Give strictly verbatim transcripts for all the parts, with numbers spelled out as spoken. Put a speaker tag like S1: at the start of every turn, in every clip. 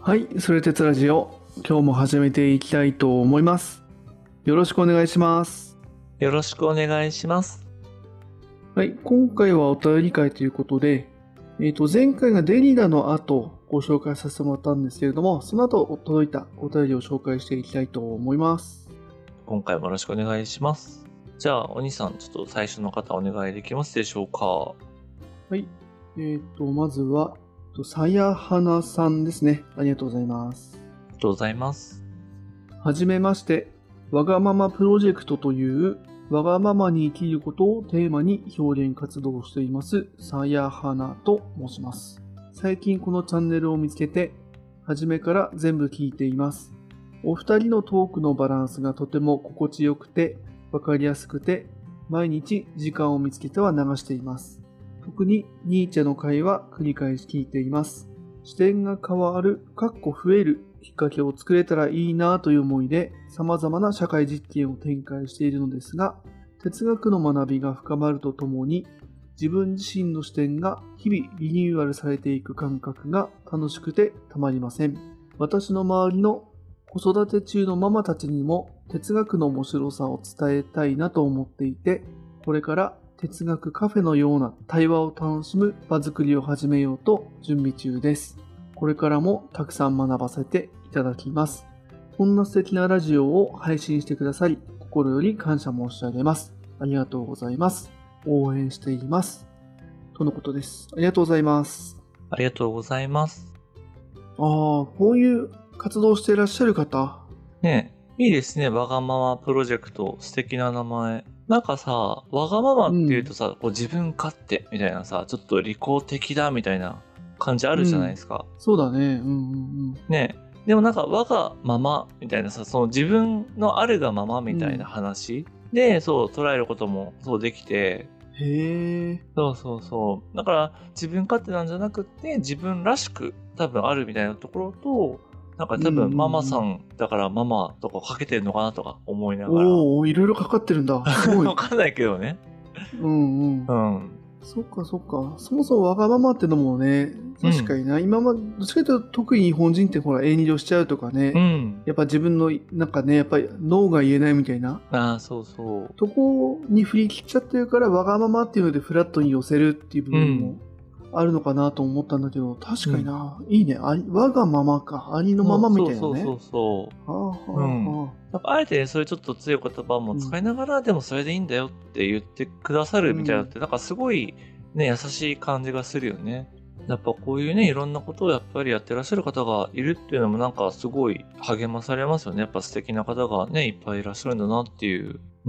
S1: はい、それ鉄ラジオ、今日も始めていきたいと思います。よろしくお願いします。
S2: よろしくお願いします。
S1: はい、今回はお便り会ということで、えっと、前回がデリダの後、ご紹介させてもらったんですけれども、その後届いたお便りを紹介していきたいと思います。
S2: 今回もよろしくお願いします。じゃあ、お兄さん、ちょっと最初の方お願いできますでしょうか。
S1: はい、えっと、まずは、さやはなさんですね。ありがとうございます。
S2: ありがとうございます。
S1: はじめまして、わがままプロジェクトというわがままに生きることをテーマに表現活動をしていますさやはなと申します。最近このチャンネルを見つけて、初めから全部聞いています。お二人のトークのバランスがとても心地よくて、わかりやすくて、毎日時間を見つけては流しています。特にニーチェの会は繰り返し聞いています。視点が変わる、かっこ増えるきっかけを作れたらいいなという思いで様々な社会実験を展開しているのですが、哲学の学びが深まるとともに、自分自身の視点が日々リニューアルされていく感覚が楽しくてたまりません。私の周りの子育て中のママたちにも哲学の面白さを伝えたいなと思っていて、これから哲学カフェのような対話を楽しむ場作りを始めようと準備中です。これからもたくさん学ばせていただきます。こんな素敵なラジオを配信してくださり、心より感謝申し上げます。ありがとうございます。応援しています。とのことです。ありがとうございます。
S2: ありがとうございます。
S1: ああ、こういう活動していらっしゃる方。
S2: ねえ、いいですね。わがままプロジェクト。素敵な名前。なんかさ、わがままっていうとさ、うん、こう自分勝手みたいなさ、ちょっと利己的だみたいな感じあるじゃないですか。
S1: うん、そうだね。うんうんうん。
S2: ねえ。でもなんか我がままみたいなさ、その自分のあるがままみたいな話、うん、で、そう捉えることもそうできて、
S1: へえ。
S2: そうそうそう。だから自分勝手なんじゃなくて、自分らしく多分あるみたいなところと、なんか多分ママさんだからママとかかけてるのかなとか思いながら。
S1: おお、いろいろかかってるんだ。すごい。
S2: わかんないけどね。
S1: うんうん。うん。そっかそっか。そもそもわがままってのもね、確かにな、うん、今までどっちかというと特に日本人ってほら遠慮しちゃうとかね、うん、やっぱ自分のなんかねやっぱり脳が言えないみたいな、
S2: ああそうそう、
S1: とこに振り切っちゃってるからわがままっていうのでフラットに寄せるっていう部分もあるのかなと思ったんだけど、うん、確かにな、うん、いいね、ありわがままか、ありのままみたいなね。
S2: そうそうそうそう。はあはあ、うん、やっぱあえて、ね、そういうちょっと強い言葉も使いながら、うん、でもそれでいいんだよって言ってくださるみたいなのって、うん、なんかすごいね、優しい感じがするよね。やっぱこういうね、いろんなことをやっぱりやってらっしゃる方がいるっていうのもなんかすごい励まされますよね。やっぱ素敵な方がね、いっぱいいらっしゃるんだなっていう。うん。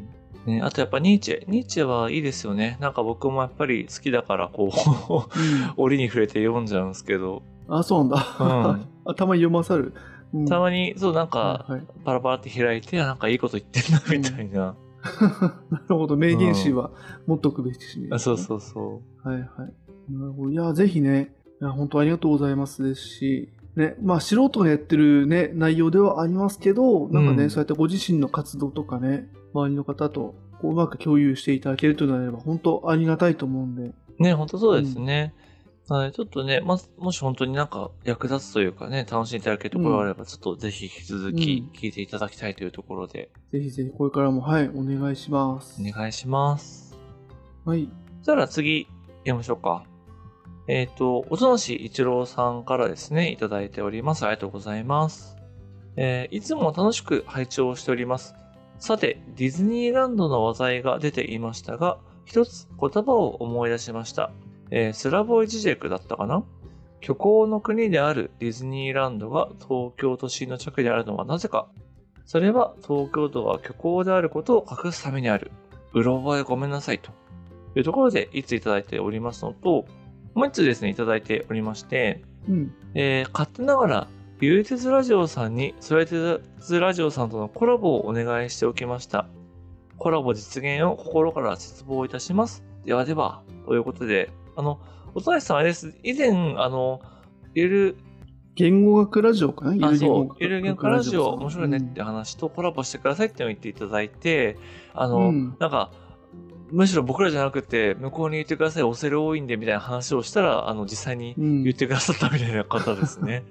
S2: ね、あとやっぱニーチェ。ニーチェはいいですよね。なんか僕もやっぱり好きだからこう、うん、折に触れて読んじゃうんですけど。
S1: あ、そうなんだ。うん、たまに読まさる。
S2: うん、たまに、そうなんか、はいはい、パラパラって開いて、なんかいいこと言ってんな、みたいな。
S1: なるほど。名言集は持っとくべきし、ね、
S2: うん。そうそうそう。
S1: はいはい。なるほど。いや、ぜひね、いや本当ありがとうございますですし、ね、まあ素人がやってるね、内容ではありますけど、なんかね、うん、そうやってご自身の活動とかね、周りの方とこううまく共有していただけるとなれば、本当ありがたいと思うんで。
S2: ね、本当そうですね。うん、はい、ちょっとね、ま、もし本当になんか役立つというかね、楽しんでいただけるところがあれば、うん、ちょっとぜひ引き続き聞いていただきたいというところで。
S1: うん、ぜひぜひこれからも、はい、お願いします。
S2: お願いします。
S1: はい。
S2: そしたら次、読みましょうか。えっと、おとなし一郎さんからですね、いただいております。ありがとうございます。えー、いつも楽しく拝聴しております。さて、ディズニーランドの話題が出ていましたが、一つ言葉を思い出しました。えー、スラボイジジェクだったかな？虚構の国であるディズニーランドが東京都心の近くにあるのはなぜか。それは東京都が虚構であることを隠すためにある。うろ覚えごめんなさいというところでいついただいておりますのと、もう一つですね、いただいておりまして、うんえー、勝手ながら、ゆるてつラジオさんに、それてつラジオさんとのコラボをお願いしておきました。コラボ実現を心から切望いたします。ではでは、ということで、あの、おとなしさんあれです。以前、あの、ゆる、
S1: 言語学ラジオかな？
S2: あ、そう、ゆる言語ラジオ面白いねって話とコラボしてくださいって言っていただいて、あの、うん、なんか、むしろ僕らじゃなくて、向こうに言ってください、おセル多いんでみたいな話をしたら、あの、実際に言ってくださったみたいな方ですね。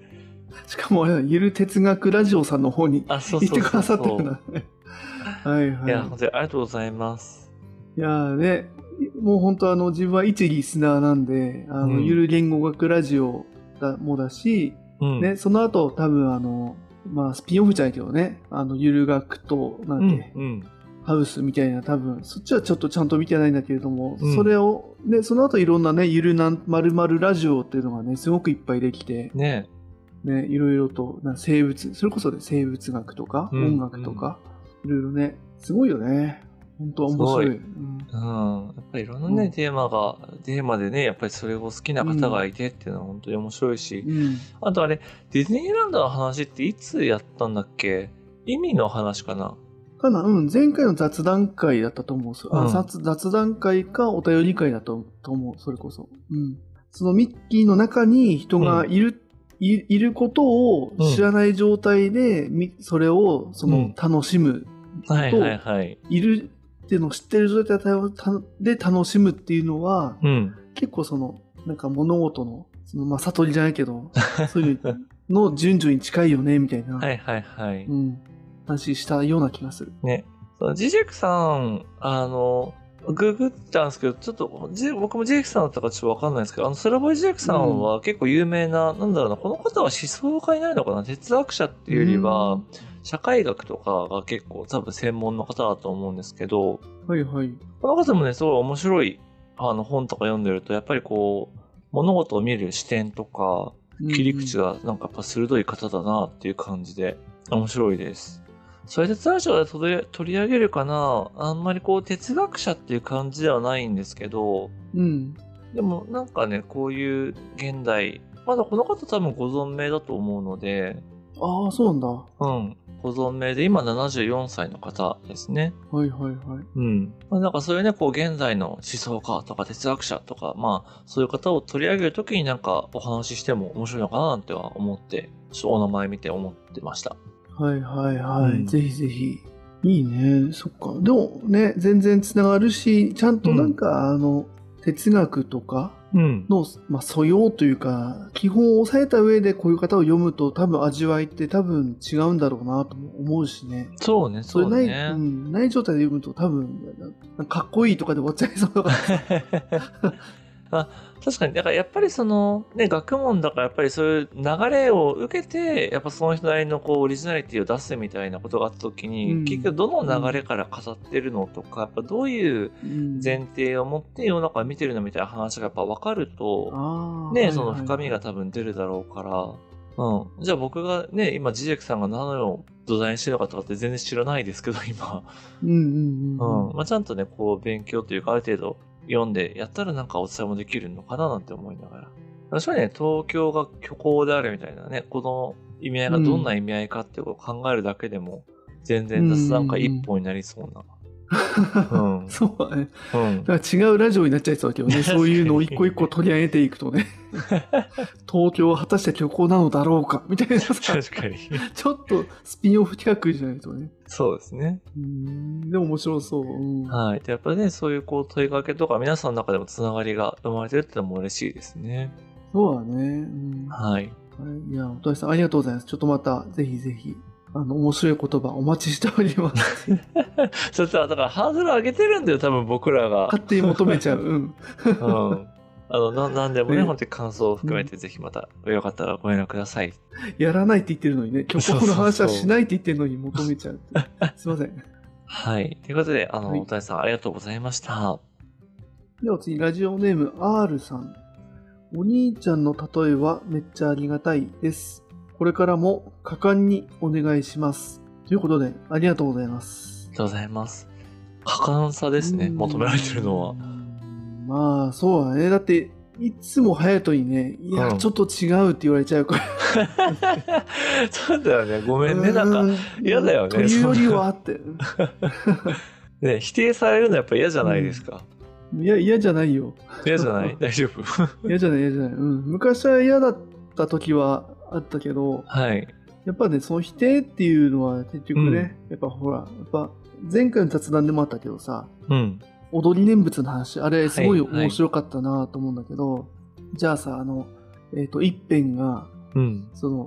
S1: しかもあれ、ゆる哲学ラジオさんの方に
S2: あ、そう
S1: 言ってくだ
S2: そうそうそ
S1: さってるんだね。はいはい。
S2: う。いや、本当にありがとうございます。
S1: いやーね、もう本当あの、自分は一リスナーなんで、あの、
S2: うん
S1: ゆる言語学ラジオだもだし、
S2: うん。
S1: ね、その後多分あの、まあ、スピンオフじゃないけどね、あの、ゆる学と、なん
S2: うん
S1: だっけ、
S2: うん。
S1: ハウスみたいな多分、そっちはちょっとちゃんと見てないんだけれども、
S2: うん
S1: それを、ね、その後いろんなね、ゆるなん、まるまるラジオっていうのがね、すごくいっぱいできて、
S2: ね
S1: ね、いろいろと、な生物、それこそね、生物学とか、
S2: うん
S1: 音楽とか、いろいろね、すごいよね。本当は面白い。
S2: すごい
S1: うん
S2: うん。やっぱりいろんなね、
S1: うん
S2: テーマが、テーマでね、やっぱりそれを好きな方がいてっていうのは本当に面白いし、
S1: うん。
S2: あとあれ、ディズニーランドの話っていつやったんだっけ？意味の話かな？
S1: かな、うん、前回の雑談会だったと思う。あ、
S2: うん
S1: 雑雑談会かお便り会だとと思う、それこそ。うん。そのミッキーの中に人がいる、いいることを知らない状態で、みそれをその楽しむ、
S2: はいはいはい。
S1: いるっていうのを知ってる状態でたで楽しむっていうのは、
S2: うん。
S1: 結構その、なんか物事の、そのまあ悟りじゃないけど、そういうの順序に近いよね、みたいな、
S2: はいはいはい。
S1: うん、話したような気がする。
S2: ね。そのジジェクさん、あの、ググったんですけど、ちょっと、ジ僕もジジェクさんだったかちょっとわかんないんですけど、あの、スラボイジジェクさんは結構有名な、なんだろうな、この方は思想家になるのかな、哲学者っていうよりは、
S1: うん
S2: 社会学とかが結構多分専門の方だと思うんですけど、
S1: はいはい。
S2: この方もね、すごい面白いあの本とか読んでると、やっぱりこう、物事を見る視点とか、切り口がなんかやっぱ鋭い方だなっていう感じで、面白いです。それで哲学で取り取り上げるかな、あんまりこう哲学者っていう感じではないんですけど、
S1: うん。
S2: でもなんかね、こういう現代、まだこの方多分ご存命だと思うので、
S1: ああ、そうなんだ。は
S2: うん。ご存命で、今ななじゅうよんさいの方ですね。
S1: いはいはい。
S2: うん。まあ、なんかそういうね、こう現在の思想家とか哲学者とか、まあそういう方を取り上げるときになんかお話ししても面白いのかななんては思って、ちょっとお名前見て思ってました。
S1: はいはいはい。
S2: うん
S1: ぜひぜひ。いいね。そっか。でもね、全然つながるし、ちゃんとなんか、あの、哲学とか
S2: うん。
S1: の、まあ、素養というか、基本を抑えた上でこういう方を読むと多分味わいって多分違うんだろうなとも思うしね。
S2: そうね、
S1: それない、
S2: そうね。
S1: うん、ない状態で読むと多分、なかっこいいとかで終わっちゃいそうだから。
S2: あ、確かに、だからやっぱりその、ね、学問だからやっぱりそういう流れを受けて、やっぱその人なりのこうオリジナリティを出すみたいなことがあった時に、
S1: うん
S2: 結局どの流れから語ってるのとか、やっぱどういう
S1: うん
S2: 前提を持って世の中を見てるのみたいな話がやっぱ分かると、ね、
S1: あーはい
S2: その
S1: はい
S2: 深みが多分出るだろうから、うん。じゃあ僕がね、今、ジジェクさんが何を土台にしてるのかとかって全然知らないですけど、今。
S1: うんうんうん
S2: うん。まあ、ちゃんとね、こう、勉強というか、ある程度読んでやったらなんかお伝えもできるのかななんて思いながら。確かにね、東京が虚構であるみたいなね、この意味合いがどんな意味合いかっていうことを考えるだけでも、全然雑談会一本になりそうな。うん。
S1: そうだね。
S2: うん。
S1: だから違うラジオになっちゃいそうだけどね、そういうのを一個一個取り上げていくとね、東京は果たして虚構なのだろうかみたいなさ、
S2: 確かに。
S1: ちょっとスピンオフ企画じゃないとね。
S2: そうですね。
S1: うーん、でも面白そう。うん、
S2: はい。で、やっぱりね、そういうこう問いかけとか、皆さんの中でもつながりが生まれてるってのも嬉しいですね。
S1: そうだね。うん、は
S2: はい。
S1: い、いや、おとりさんありがとうございます。ちょっとまたぜひぜひ、あの、面白い言葉お待ちしております。
S2: そしたら、だからハードル上げてるんだよ、多分僕らが。
S1: 勝手に求めちゃう。うん。
S2: うん。あの、な、なんでもね、
S1: ね
S2: 本当に感想を含めて、ぜひまた、よかったらご連絡ください。
S1: やらないって言ってるのにね、虚構の話はしないって言ってるのに求めちゃうって。すいません。
S2: はい。ということで、あの、
S1: はい
S2: おたえさんありがとうございました。
S1: では次、ラジオネーム R さん。お兄ちゃんの例えはめっちゃありがたいです。これからも果敢にお願いします。ということで、ありがとうございます
S2: あ。りがとうございます。果敢さですね、
S1: うん
S2: 求められてるのは。
S1: まあ、そうだね。だって、いつも隼人にね、いや、
S2: うん
S1: ちょっと違うって言われちゃうから。
S2: そうだよね、ごめんね、なんか、
S1: うん
S2: 嫌だよね
S1: というよりはって。
S2: ね、否定されるのやっぱ嫌じゃないですか。
S1: いや、嫌じゃないよ。
S2: 嫌じゃない大丈夫
S1: 嫌じゃない、嫌じゃない。うん。昔は嫌だった時はあったけど、
S2: はい。
S1: やっぱね、その否定っていうのは結局ね、やっぱほら、やっぱ前回の雑談でもあったけどさ、
S2: うん。
S1: 踊り念仏の話、あれすごい
S2: はいはい
S1: 面白かったなと思うんだけど、じゃあさ、あの、えっ、と、一辺が、
S2: うん。
S1: その、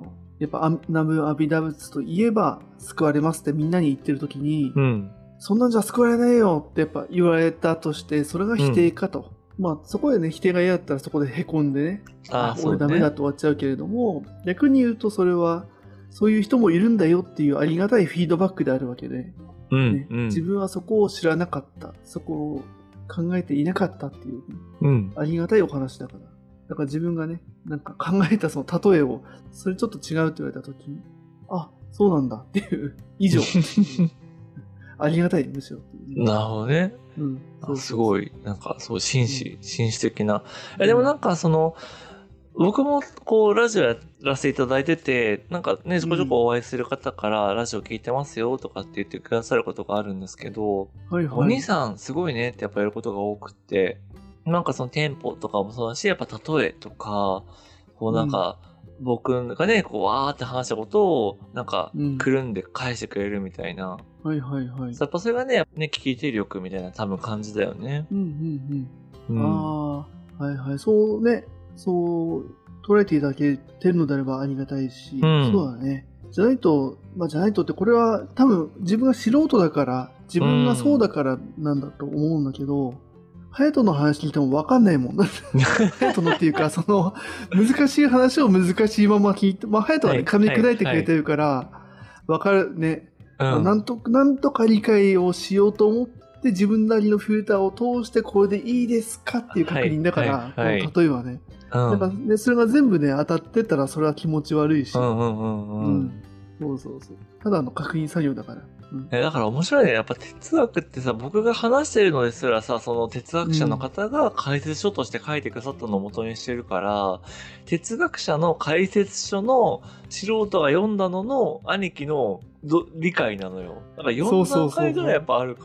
S1: やっぱ南無阿弥陀仏といえば救われますってみんなに言ってる時に、
S2: うん。
S1: そんなんじゃ救われないよってやっぱ言われたとして、それが否定かと。うん、まあそこでね、否定が嫌だったらそこでへこんでね、
S2: ああ、そうね。
S1: 俺ダメだと終わっちゃうけれども、逆に言うとそれは、そういう人もいるんだよっていうありがたいフィードバックであるわけで、
S2: うん
S1: ね
S2: うん、
S1: 自分はそこを知らなかった、そこを考えていなかったっていう、
S2: うん、
S1: ありがたいお話だから。だから自分がね、なんか考えたその例えを、それちょっと違うって言われたときに、あ、そうなんだっていう、以上。ありがたい、むしろ。
S2: なるほどね。
S1: うん、
S2: そうすごい、なんかそう、紳士、紳士的な。えでもなんかその、僕もこう、ラジオやらせていただいてて、なんかね、ちょこちょこお会いする方からラジオ聞いてますよとかって言ってくださることがあるんですけど、
S1: はいはい、
S2: お兄さんすごいねってやっぱやることが多くって、なんかそのテンポとかもそうだし、やっぱ例えとか、こうなんか、僕がね、こうわーって話したことを、なんか、くるんで返してくれるみたいな。
S1: うん、はいはいはい。
S2: やっぱそれがね、ね、聞いて力みたいな多分感じだよね。
S1: うんうんうん。うん、ああ、はいはい。そうね、そう捉えていただけてるのであればありがたいし、うん、そうだね。じゃないと、まあじゃないとってこれは多分自分が素人だから、自分がそうだからなんだと思うんだけど、ハヤトの話聞いても分かんないもん。ハヤトのっていうか、その、難しい話を難しいまま聞いて、まあ、ハヤトはね、噛み砕いてくれてるから、分かるね、うん、なんと、なんとか理解をしようと思って、自分なりのフィルターを通して、これでいいですかっていう確認だから、はいはいはい、例えばね、うん、なんかね、それが全部ね、当たってたら、それは気持ち悪いし、うんうんうんうん。うん、そうそうそう。ただの確認作業だから。うん、
S2: だから面白いね。やっぱ哲学ってさ、僕が話してるのですらさ、その哲学者の方が解説書として書いてくださったのを元にしてるから、哲学者の解説書の素人が読んだのの兄貴の理解なのよ。だからよんだんかいぐらいやっぱあるから、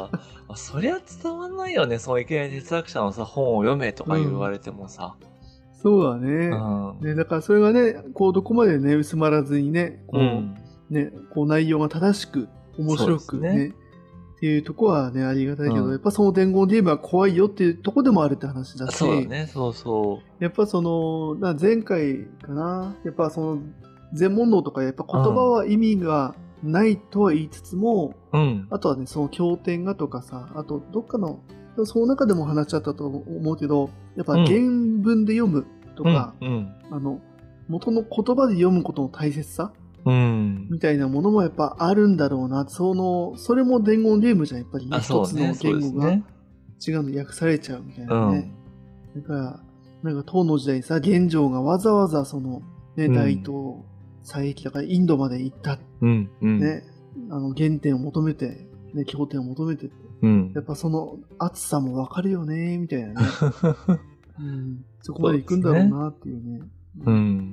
S2: そりゃ伝わんないよね。そのいきなり哲学者のさ、本を読めとか言われてもさ。うん、
S1: そうだね。うん、ね。だからそれがね、こうどこまでね、薄まらずにね、こう、うん、ね、こう内容が正しく、面白く ね, ねっていうとこはねありがたいけど、うん、やっぱその伝言ゲームは怖いよっていうとこでもあるって話だし、
S2: そうだね、そうそう。
S1: やっぱその前回かな、やっぱその全問答とかやっぱ言葉は意味がないとは言いつつも、うん、あとはねその経典がとかさ、あとどっかのその中でも話しちゃったと思うけど、やっぱ原文で読むとか、うんうん、あの元の言葉で読むことの大切さ。うん、みたいなものもやっぱあるんだろうな。その、それも伝言ゲームじゃん、やっぱりね。一つの言語が違うの訳されちゃうみたいなね。うん、だから、なんか唐の時代さ、玄奘がわざわざその、ね、大東、西域だからインドまで行った。うんうん、ね、あの原点を求めて、ね、経典を求めてって、うん。やっぱその熱さもわかるよね、みたいなね。うん、そこまで行くんだろうなっていうね。うん。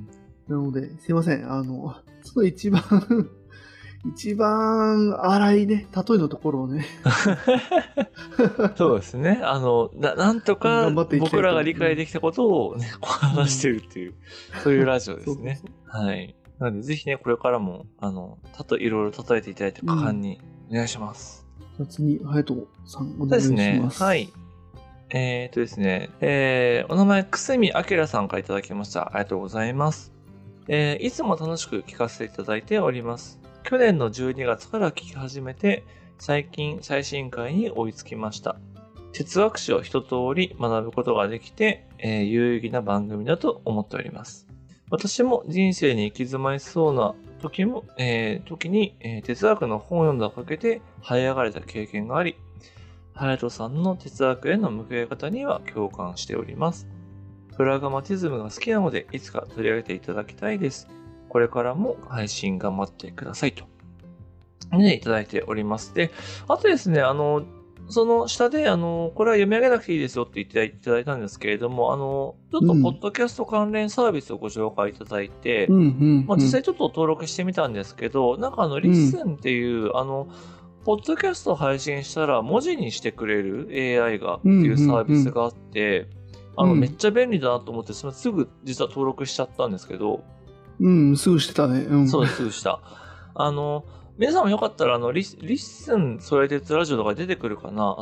S1: なので、すいません。あの、その一番、一番荒いね、例えのところをね。
S2: そうですね。あの、ななんとか僕らが理解できたことをね、こう話してるっていう、うん、そういうラジオですね。そうそうそう、はい。なので、ぜひね、これからも、あの、たと、いろいろ例えていただいて、果敢にお願いします。
S1: じゃあ次、ハヤトさん、お願いします。そうですね。
S2: はい。えー、っとですね、えー、お名前、くすみあきらさんからいただきました。ありがとうございます。えー、いつも楽しく聞かせていただいております。去年のじゅうにがつから聞き始めて、最近最新回に追いつきました。哲学史を一通り学ぶことができて、えー、有意義な番組だと思っております。私も人生に行き詰まりそうな時も、えー、時に、えー、哲学の本を読んだおかげで這い上がれた経験があり、隼人さんの哲学への向き合い方には共感しております。プラグマティズムが好きなので、いつか取り上げていただきたいです。これからも配信頑張ってくださいと。ね、いただいております。で、あとですね、あの、その下で、あの、これは読み上げなくていいですよって言っていただいたんですけれども、あの、ちょっとポッドキャスト関連サービスをご紹介いただいて、うん、まあ、実際ちょっと登録してみたんですけど、なんかあの、リッスンっていう、うん、あの、ポッドキャストを配信したら文字にしてくれる エーアイ がっていうサービスがあって、うんうんうん、あの、うん、めっちゃ便利だなと思って、すぐ実は登録しちゃったんですけど。
S1: うん、すぐしてたね。うん、
S2: そうです、すぐした。あの、皆さんもよかったら、あの、リリッスン、それでラジオとか出てくるかな。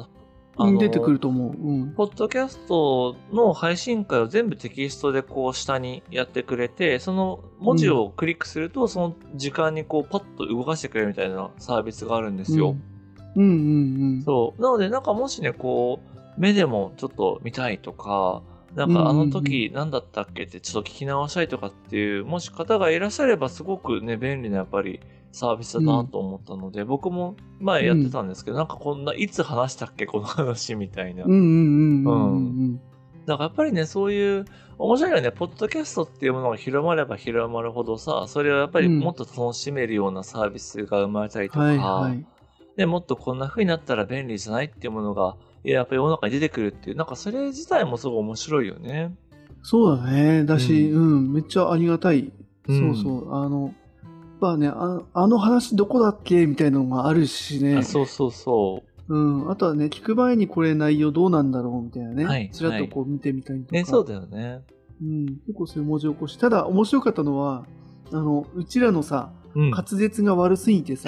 S2: あの
S1: 出てくると思う。うん。
S2: ポッドキャストの配信会を全部テキストでこう下にやってくれて、その文字をクリックすると、その時間にこうパッと動かしてくれるみたいなサービスがあるんですよ。
S1: うん、うん、うんうん。
S2: そう。なのでなんかもしね、こう、目でもちょっと見たいとか、なんかあの時何だったっけってちょっと聞き直したいとかっていう、もし方がいらっしゃればすごくね、便利なやっぱりサービスだなと思ったので、うん、僕も前やってたんですけど、うん、なんかこんな、いつ話したっけこの話みたいな。
S1: うんうんうんうんうん。
S2: だからやっぱりね、そういう、面白いよね、ポッドキャストっていうものが広まれば広まるほどさ、それをやっぱりもっと楽しめるようなサービスが生まれたりとか、
S1: はいはい、
S2: でもっとこんな風になったら便利じゃないっていうものが、いや、やっぱり世の中に出てくるっていう、なんかそれ自体もすごい面白いよね。
S1: そうだね。だし、うん、うん、めっちゃありがたい。
S2: うん、
S1: そうそう。あの、やっぱね、あ、あの話どこだっけみたいなのがあるしね。
S2: あ、そうそうそう。
S1: うん。あとはね、聞く前にこれ内容どうなんだろうみたいなね。はい。ちらっとこう見てみたりとか。
S2: ね、そうだよね。
S1: うん。結構そういう文字起こし。ただ、面白かったのは、あの、うちらのさ、うん、滑舌が悪すぎてさ、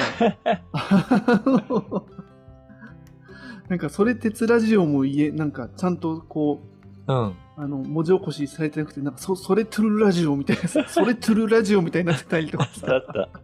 S1: なんかそれ鉄ラジオも言え、なんかちゃんとこう、うん、あの文字起こしされてなくて、なんか そ, それトゥルラジオみたいなさ、それトゥルラジオみたいになってたりとかさ。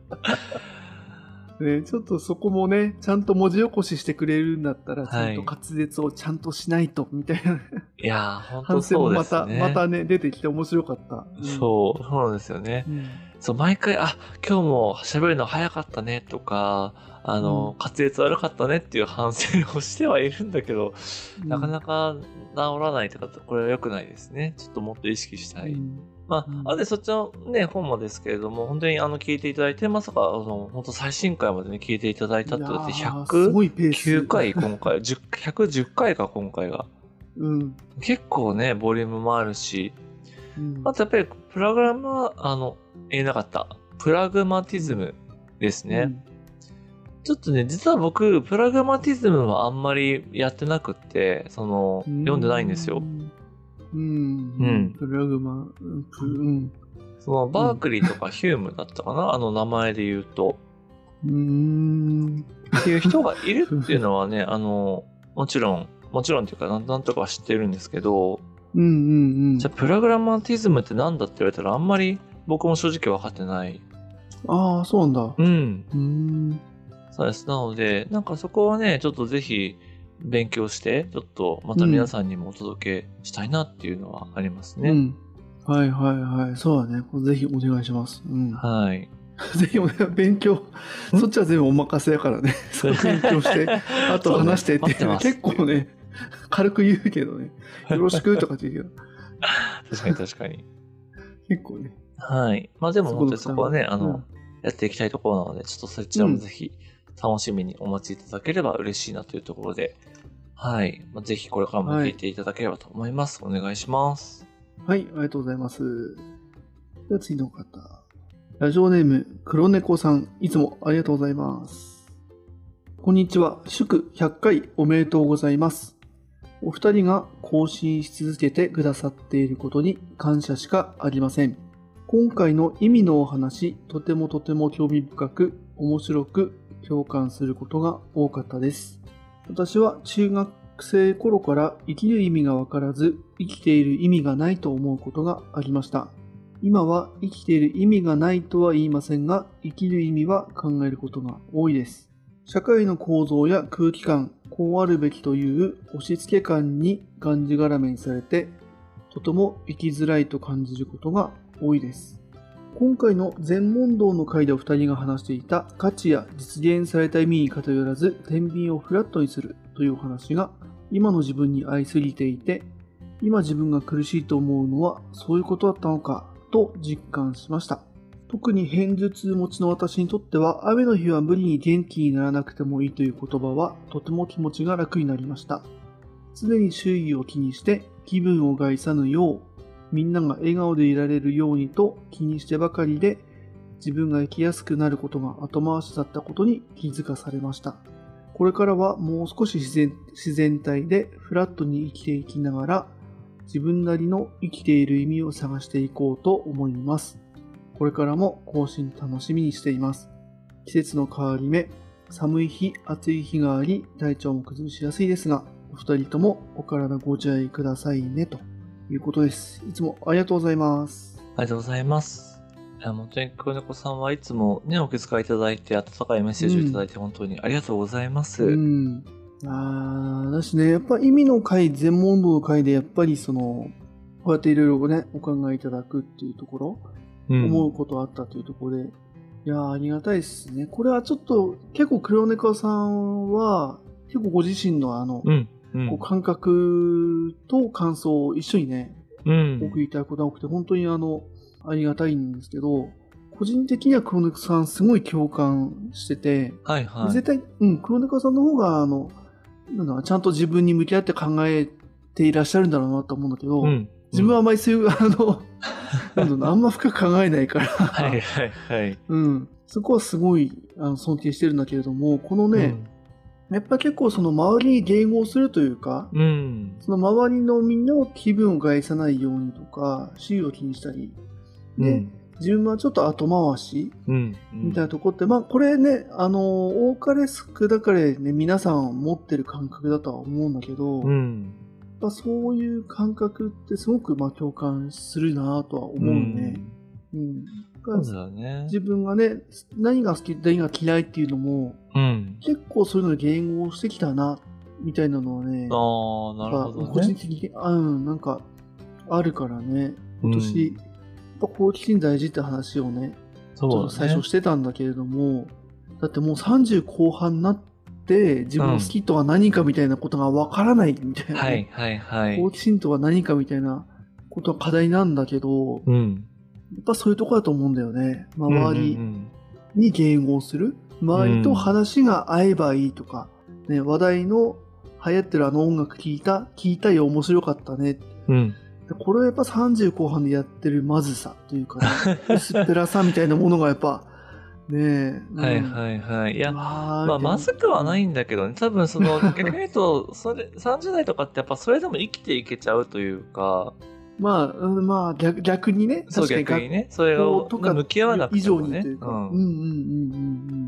S1: ね、ちょっとそこもね、ちゃんと文字起こししてくれるんだったら、ちゃんと滑舌をちゃんとしないと、みたいな。い
S2: やー、本当そうですね。
S1: 反省もまた、またね、出てきて面白かった。
S2: うん、そう、そうなんですよね。うん、そう、毎回、あ、今日も喋るの早かったねとか、あの、うん、滑舌悪かったねっていう反省をしてはいるんだけど、うん、なかなか治らないとか、これは良くないですね。ちょっともっと意識したい。うん、まあ、あで、そっちのね、本もですけれども、本当にあの、聞いていただいて、まさか、あの、本当最新回までね、聞いていただいたって、ひゃくきゅうかい、今回、ひゃくじゅっかいか、今回が。うん。結構ね、ボリュームもあるし、うん、あとやっぱり、プラグラムあの、言えなかった。プラグマティズムですね。うん、ちょっとね、実は僕、プラグマティズムはあんまりやってなくって、その、読んでないんですよ。
S1: うん。うん。プラグマ、プ、うん。
S2: その、バークリーとかヒュームだったかな、うん、あの名前で言うと。
S1: うーん。
S2: っていう人がいるっていうのはね、あの、もちろん、もちろんっていうか、なんなんとか知ってるんですけど、
S1: うんうんうん。
S2: じゃあ、プラグラマティズムって何だって言われたら、あんまり僕も正直分かってない。
S1: ああ、そうなんだ。
S2: うん。うーん。そうです。なので、なんかそこはね、ちょっとぜひ勉強して、ちょっとまた皆さんにもお届けしたいなっていうのはありますね。うん。
S1: はいはいはい。そうだね。ぜひお願いします。うん。
S2: はい。
S1: ぜひ勉強、そっちは全部お任せやからね。勉強して、あと話してっていう、ね、結構ね、軽く言うけどね。よろしくとかって言うけど。
S2: 確かに確かに。
S1: 結構ね。
S2: はい。まあでも本当にそこはね、あの、うん、やっていきたいところなので、ちょっとそちらもぜひ楽しみにお待ちいただければ嬉しいなというところで、はい。まあ、ぜひこれからも聞いていただければと思います。はい、お願いします。
S1: はい、ありがとうございます。では次の方。ラジオネーム、黒猫さん、いつもありがとうございます。こんにちは。祝ひゃっかいおめでとうございます。お二人が更新し続けてくださっていることに感謝しかありません。今回の意味のお話、とてもとても興味深く、面白く共感することが多かったです。私は中学生頃から生きる意味がわからず、生きている意味がないと思うことがありました。今は生きている意味がないとは言いませんが、生きる意味は考えることが多いです。社会の構造や空気感、こうあるべきという押し付け感にがんじがらめにされて、とても生きづらいと感じることが多いです。今回の全問答の回でお二人が話していた価値や実現された意味に偏らず天秤をフラットにするというお話が今の自分に合いすぎていて、今自分が苦しいと思うのはそういうことだったのかと実感しました。特に片頭痛持ちの私にとっては、雨の日は無理に元気にならなくてもいいという言葉はとても気持ちが楽になりました。常に周囲を気にして気分を害さぬよう、みんなが笑顔でいられるようにと気にしてばかりで、自分が生きやすくなることが後回しだったことに気づかされました。これからはもう少し自然、自然体でフラットに生きていきながら、自分なりの生きている意味を探していこうと思います。これからも更新楽しみにしています。季節の変わり目、寒い日、暑い日があり、体調も崩しやすいですが、 お二人ともお体ご自愛くださいね、ということです。いつもありがとうございます。
S2: ありがとうございます。いや、本当に黒猫さんはいつもね、お気遣いいただいて、温かいメッセージをいただいて、本当にありがとうございます。
S1: うん。ああ、だしね、やっぱ意味の回、全問答の回で、やっぱりその、こうやっていろいろね、お考えいただくっていうところ、うん、思うことあったというところで、いやー、ありがたいですね。これはちょっと、結構黒猫さんは、結構ご自身のあの、うんうん、こう感覚と感想を一緒にね、うん、お送りいただくことが多くて、本当にあの、ありがたいんですけど、個人的には黒猫さんすごい共感してて、はいはい、絶対、うん、黒猫さんの方が、あの、なんだちゃんと自分に向き合って考えていらっしゃるんだろうなと思うんだけど、うん、自分はあまりそういう、あの、なんだあんま深く考えないから、はいはいはい。うん、そこはすごいあの尊敬してるんだけれども、このね、うん、やっぱ結構その周りに迎合するというか、うん、その周りのみんなを気分を害さないようにとか、周囲を気にしたり、で、うん、自分はちょっと後回し、うんうん、みたいなところって、まあこれね、あの、多かれ少なかれね、皆さん持ってる感覚だとは思うんだけど、うん、やっぱそういう感覚ってすごくまあ共感するなとは思うね。うん。うん、そうだね。自分がね、何が好き、何が嫌いっていうのも、うん、結構そういうのに言語してきたな、みたいなのはね、ああ、なるほどね。個人的に、うん、なんか、あるからね、今年、うん、やっぱ好奇心大事って話をね、ちょっと最初してたんだけれども、だってもうさんじゅう後半になって、自分の好きとは何かみたいなことがわからないみたいな、ね、はいはいはい。好奇心とは何かみたいなことは課題なんだけど、うん、やっぱそういうとこだと思うんだよね。周りに迎合する。周りと話が合えばいいとか、ね、話題の流行ってるあの音楽聴いた、聴いたよ、面白かったね。うん、これはやっぱさんじゅう後半でやってるまずさというか、ね、薄っぺらさみたいなものがやっぱ、ねえ。うん、はいはいはい。いや、まあ、まずくはないんだけどね。多分その、逆に言うと、それ、さんじゅう代とかってやっぱそれでも生きていけちゃうというか、まあ、うん、まあ逆、逆にね。そう、逆にね。それを向き合わなくてもね。以上にというか。うん、うん、うん、うん、うん。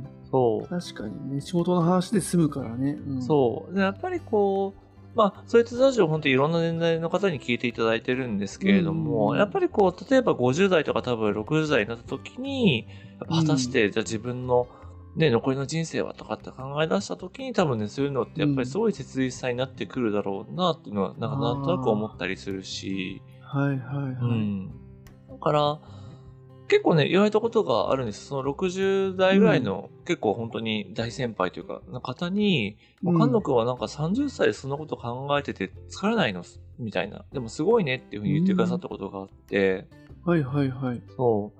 S1: そう。確かにね。仕事の話で済むからね。うん、そう。で、やっぱりこう、まあ、そういったラジオ本当にいろんな年代の方に聞いていただいてるんですけれども、うん、やっぱりこう、例えばごじゅう代とか多分ろくじゅう代になった時に、果たして、じゃあ自分の、ね、残りの人生はとかって考え出した時に多分ね、そういうのってやっぱりすごい切実さになってくるだろうなっていうのは、なんかなんとなく思ったりするし、はいはいはい。うん。だから、結構ね、言われたことがあるんです。そのろくじゅう代ぐらいの、うん、結構本当に大先輩というか、の方に、うん、菅野くんはなんかさんじゅっさいでそんなこと考えてて疲れないのみたいな。でもすごいねっていうふうに言ってくださったことがあって。うん、はいはいはい。そう。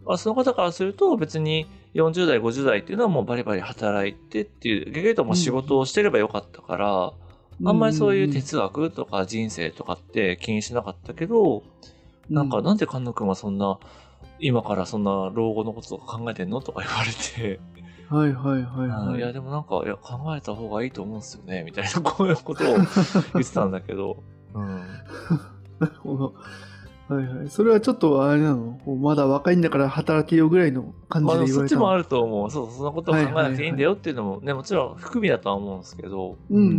S1: あ、その方からすると別によんじゅう代、ごじゅう代っていうのはもうバリバリ働いてっていう、逆に言うともう仕事をしてればよかったから、うん、あんまりそういう哲学とか人生とかって気にしなかったけど、うん、なんかなんで菅野くんはそんな、今からそんな老後のこととか考えてんのとか言われて。はいはいはいはい。いやでもなんか、いや考えた方がいいと思うんですよね、みたいなこういうことを言ってたんだけど。うん、なるほど。はいはい。それはちょっとあれなの？まだ若いんだから働けよぐらいの感じで言われたの？まあそっちもあると思う。そう、そんなことを考えなくていいんだよっていうのもね、もちろん含みだとは思うんですけど。うんうんうんうん。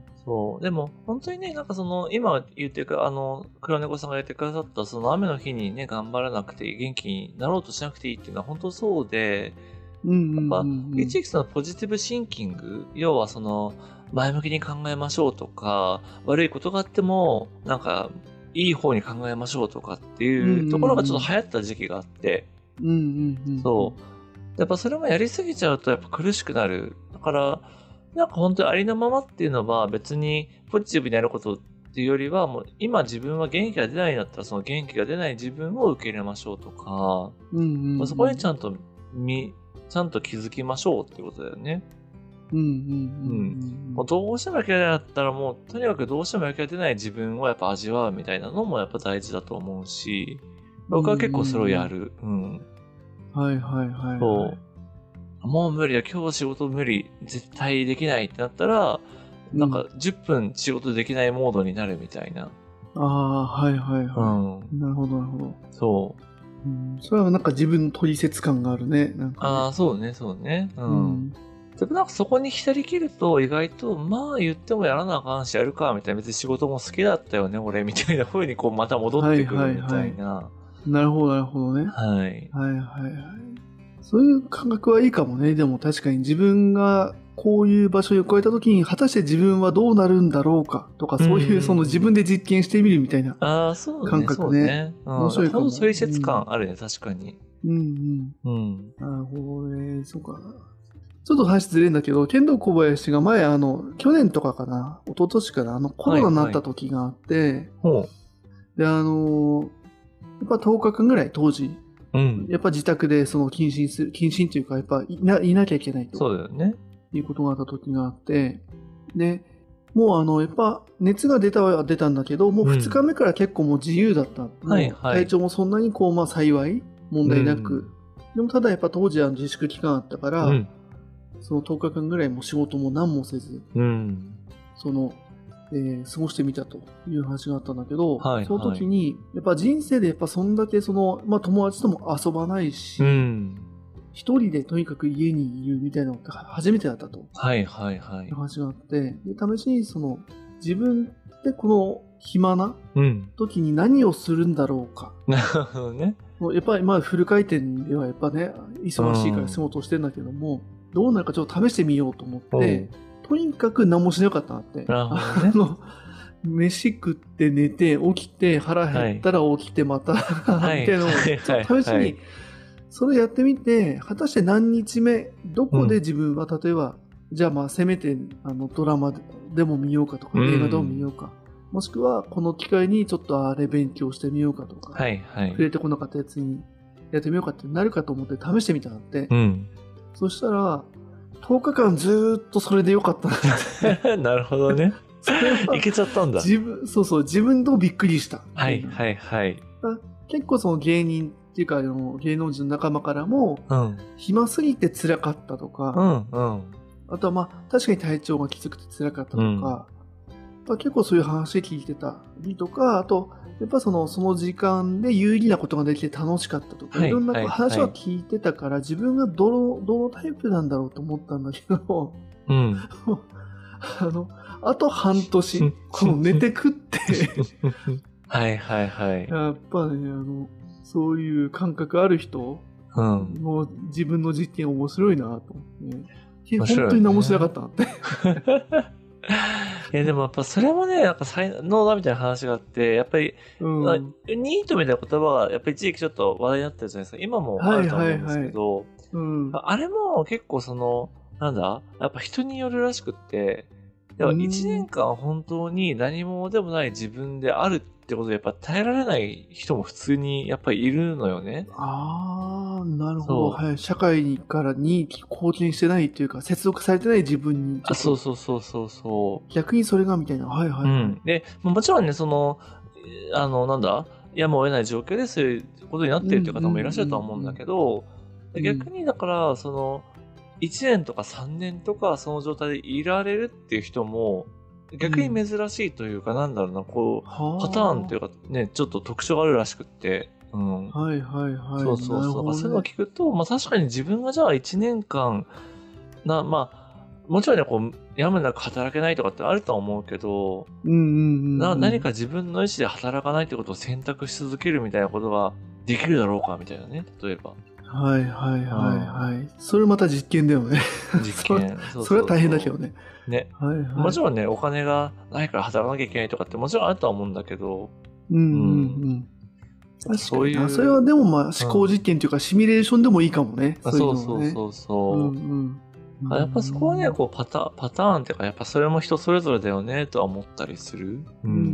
S1: そう。でも、本当にね、なんかその、今言ってるか、あの、黒猫さんが言ってくださった、その雨の日にね、頑張らなくて元気になろうとしなくていいっていうのは本当そうで、うんうんうんうん、やっぱ、一時期そのポジティブシンキング、要はその、前向きに考えましょうとか、悪いことがあっても、なんか、いい方に考えましょうとかっていうところがちょっと流行った時期があって、うんうんうん、そう。やっぱそれもやりすぎちゃうとやっぱ苦しくなる。だから、なんか本当にありのままっていうのは別にポジティブにやることっていうよりはもう今自分は元気が出ないんだったらその元気が出ない自分を受け入れましょうとか、うんうんうん、そこにちゃんとみ、ちゃんと気づきましょうってことだよね。うんうんうんうん、もうどうしてもやる気が出ないだったらもうとにかくどうしてもやる気が出ない自分をやっぱ味わうみたいなのもやっぱ大事だと思うし、僕は結構それをやる。うん、うん。はいはいはい、はい。そう。もう無理だ、今日仕事無理、絶対できないってなったら、うん、なんかじゅっぷん仕事できないモードになるみたいな。ああ、はいはいはい。うん、なるほどなるほど。そう。うん、それはなんか自分の取説感があるね。なんかね、ああ、そうね、そうね。うん。うん、
S2: でもなんかそこに浸り切ると意外と、まあ言ってもやらなあかんしやるか、みたいな、別に仕事も好きだったよね、俺、みたいな風にこうまた戻ってくるみたいな。
S1: なるほど、なるほどね。
S2: はい。
S1: はいはいはい。そういう感覚はいいかもね。でも確かに自分がこういう場所に超えた時に果たして自分はどうなるんだろうかとか、そういうその自分で実験してみるみたいな
S2: ああ、そうね。
S1: 感覚ね。
S2: そうね。うん、面白いかも。そういう説感あるね、確かに。
S1: うんうん。
S2: うん。
S1: なるほどね。そうか。ちょっと話ずれるんだけど、剣道小林が前、あの、去年とかかな、一昨年かな、あの、コロナになった時があって、
S2: はいはい、
S1: で、あの、やっぱとおかかんぐらい当時、
S2: うん、
S1: やっぱ自宅でその謹慎する、謹慎というか、やっぱいな、いなきゃいけないと。
S2: そうだよね。
S1: いうことがあった時があって、で、もうあの、やっぱ熱が出たは出たんだけど、もうふつかめから結構もう自由だった。うん、はいはい。体調もそんなにこう、まあ幸い、問題なく。うん、でもただやっぱ当時は自粛期間あったから、うん、そのとおかかんぐらいも仕事も何もせず、うん、その、えー、過ごしてみたという話があったんだけど、はいはい、その時に、やっぱ人生でやっぱそんだけその、まあ友達とも遊ばないし、うん、一人でとにかく家にいるみたいなのって初めてだったと。はいはいはい。話があって、で、試しにその、自分でこの暇な時に何をするんだろうか。なるほどね。やっぱりまあフル回転ではやっぱね、忙しいから仕事をしてんだけども、うん、どうなるかちょっと試してみようと思って、とにかく何もしなかったなって。なるほどね。あの飯食って寝て起きて腹減ったら起きてまた、はい、みたいなのをちょっと試しに、はいはい、それやってみて、果たして何日目、どこで自分は、例えば、うん、じゃあまあせめてあのドラマでも見ようかとか、映画でも見ようか、もしくはこの機会にちょっとあれ勉強してみようかとか、はいはい、触れてこなかったやつにやってみようかってなるかと思って試してみたんだって、うん、そしたらとおかかんずーっとそれでよかったんだって。なるほどね。それはいけちゃったんだ。自分、そうそう、自分とびっくりした。はいはいはい。結構その芸人っていうか、あの芸能人の仲間からも、うん、暇すぎて辛かったとか、うんうん、あとはまあ確かに体調がきつくて辛かったとか、うん、結構そういう話聞いてたりとか、あとやっぱそのその時間で有意義なことができて楽しかったとか、はい、いろんな話は聞いてたから、はいはい、自分がどのどのタイプなんだろうと思ったんだけど、うん、あのあと半年この寝て食ってはいはいはい、やっぱね、あのそういう感覚ある人、うん、もう自分の実験面白いなと思って、ね、本当に何もしなかったなって。いやでもやっぱそれもね、なんか才能だみたいな話があって、やっぱり、うん、ニートみたいな言葉がやっぱり一時期ちょっと話題になってるじゃないですか。今もあると思うんですけど、はいはいはい、うん、あれも結構その、なんだやっぱ人によるらしくって、いちねんかん本当に何もでもない自分であるってことでやっぱ耐えられない人も普通にやっぱりいるのよね。ああ、なるほど。はい。社会からに貢献してないというか、接続されてない自分に。あ、そうそうそうそうそう。逆にそれがみたいな。はいはい、はい。うん。で、もちろんね、その、あの、なんだやむを得ない状況でそういうことになっているという方もいらっしゃるとは思うんだけど、逆にだから、その、いちねんとかさんねんとかその状態でいられるっていう人も逆に珍しいというか、うん、なんだろうな、こうパターンっていうかね、ちょっと特徴があるらしくって、うん、はいはいはい、そうそうそう、ね、そういうのを聞くと、まあ確かに自分がじゃあいちねんかんな、まあもちろんね、こうやむなく働けないとかってあるとは思うけど、うんうんうん、な何か自分の意思で働かないってことを選択し続けるみたいなことができるだろうかみたいなね、例えば。はいはいはいはい。うん、それまた実験だよね。実験。そ, そ, それは大変だけどね。ね、はいはい。もちろんね、お金がないから働かなきゃいけないとかってもちろんあるとは思うんだけど。うんうんうん。うん、そういう。それはでもまあ思考実験というかシミュレーションでもいいかもね。うん、そうそうそうそう。うんうん、やっぱそこはね、こうパタパターンっていうか、やっぱそれも人それぞれだよねとは思ったりする。うんうんうんうん。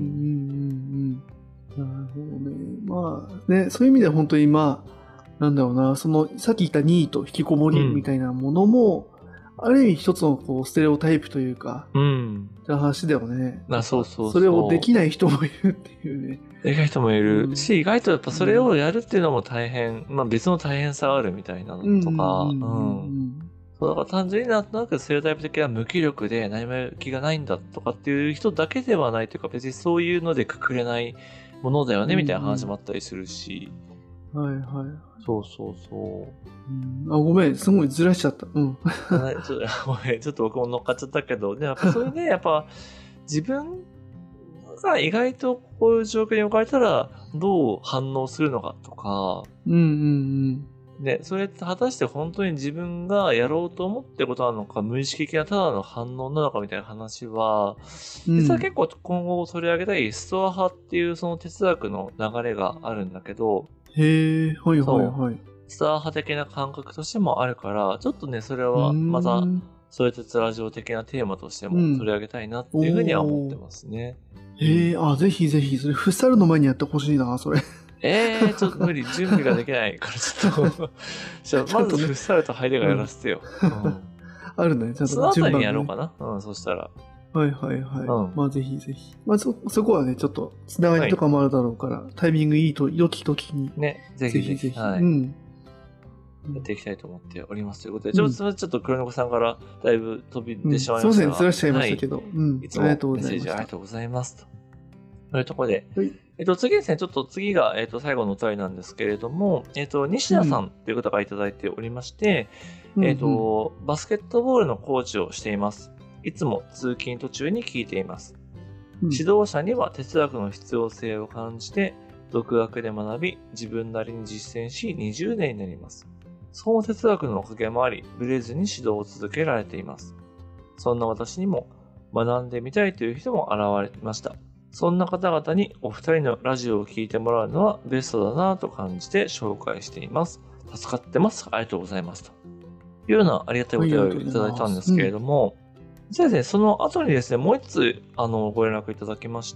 S1: なるほどね。まあね、そういう意味では本当にまあ、なんだろうな、その、さっき言ったニート、引きこもりみたいなものも、うん、ある意味一つのこうステレオタイプというか、うん。って話だよね。あ、そうそうそう。それをできない人もいるっていうね。できない人もいる、うん、し、意外とやっぱそれをやるっていうのも大変、うん、まあ別の大変さがあるみたいなのとか、うん。うんうん、そうだから単純になんとなくステレオタイプ的な無気力で何もやる気がないんだとかっていう人だけではないというか、別にそういうのでくくれないものだよねみたいな話もあったりするし、 はいはい。
S2: そうそうそう。
S1: うん、あ、ごめん、すごいずらしちゃった。うん。
S2: はいちょっとごめんちょっと僕も乗っかっちゃったけど、でやっぱそれで、やっぱ自分が意外とこういう状況に置かれたらどう反応するのかとか、
S1: うんうん
S2: で、それって果たして本当に自分がやろうと思ってることなのか、無意識的なただの反応なのかみたいな話は、
S1: うん。
S2: 実は結構今後取り上げたいストア派っていうその哲学の流れがあるんだけど、
S1: へえ、はいはい
S2: そう、
S1: はい。
S2: ストア派的な感覚としてもあるから、ちょっとね、それ
S1: う
S2: はまた、
S1: ーん。
S2: そういう哲ラジオ的なテーマとして
S1: うん
S2: も取り上げたいなっていうふうには思ってますね。
S1: へえ、あ、ぜひぜひ、それ、フッサルの前にやってほしいな、それ。
S2: えー、ちょっと無理、準備ができないからちょっとじゃあ、まずフッサルとハイデガーやらせてよ。うん
S1: あるね、ちゃんと
S2: その後に
S1: 順番
S2: やろうかな。うん、そしたら。
S1: はいはいはい。
S2: うん
S1: まあぜひぜひ。まあそ、そこはね、ちょっと、つながりとかもあるだろうから、タイミングいいと、良き時に、
S2: ね、ぜひぜひ、
S1: ぜひぜひ。
S2: はい、
S1: うん。
S2: やっていきたいと思っております。ということで、ちょっと、ちょっと黒猫さんからだいぶ飛び出しまいましたが、
S1: すいません、ずらしちゃいましたけど。うん。
S2: いつもメ
S1: ありがとうご
S2: ッセージ
S1: ざいました。
S2: ありがとうございますと。というところで、
S1: はい。
S2: えっと、次ですね、ちょっと次が、えっと、最後のお便りなんですけれども、えっと、西田さんという方がいただいておりまして、
S1: うん
S2: えっと、バスケットボールのコーチをしています。いつも通勤途中に聞いています。
S1: うん
S2: 指導者には哲学の必要性を感じて、独学で学び、自分なりに実践しにじゅうねんになります。その哲学のおかげもあり、ブレずに指導を続けられています。そんな私にも学んでみたいという人も現れました。そんな方々にお二人のラジオを聞いてもらうのはベストだなと感じて紹介しています。助かってます。ありがとうございます。というようなありがたいお便りをいただいたんですけれども、実はですね、その後にですね、もう一つ、あの、ご連絡いただきまして、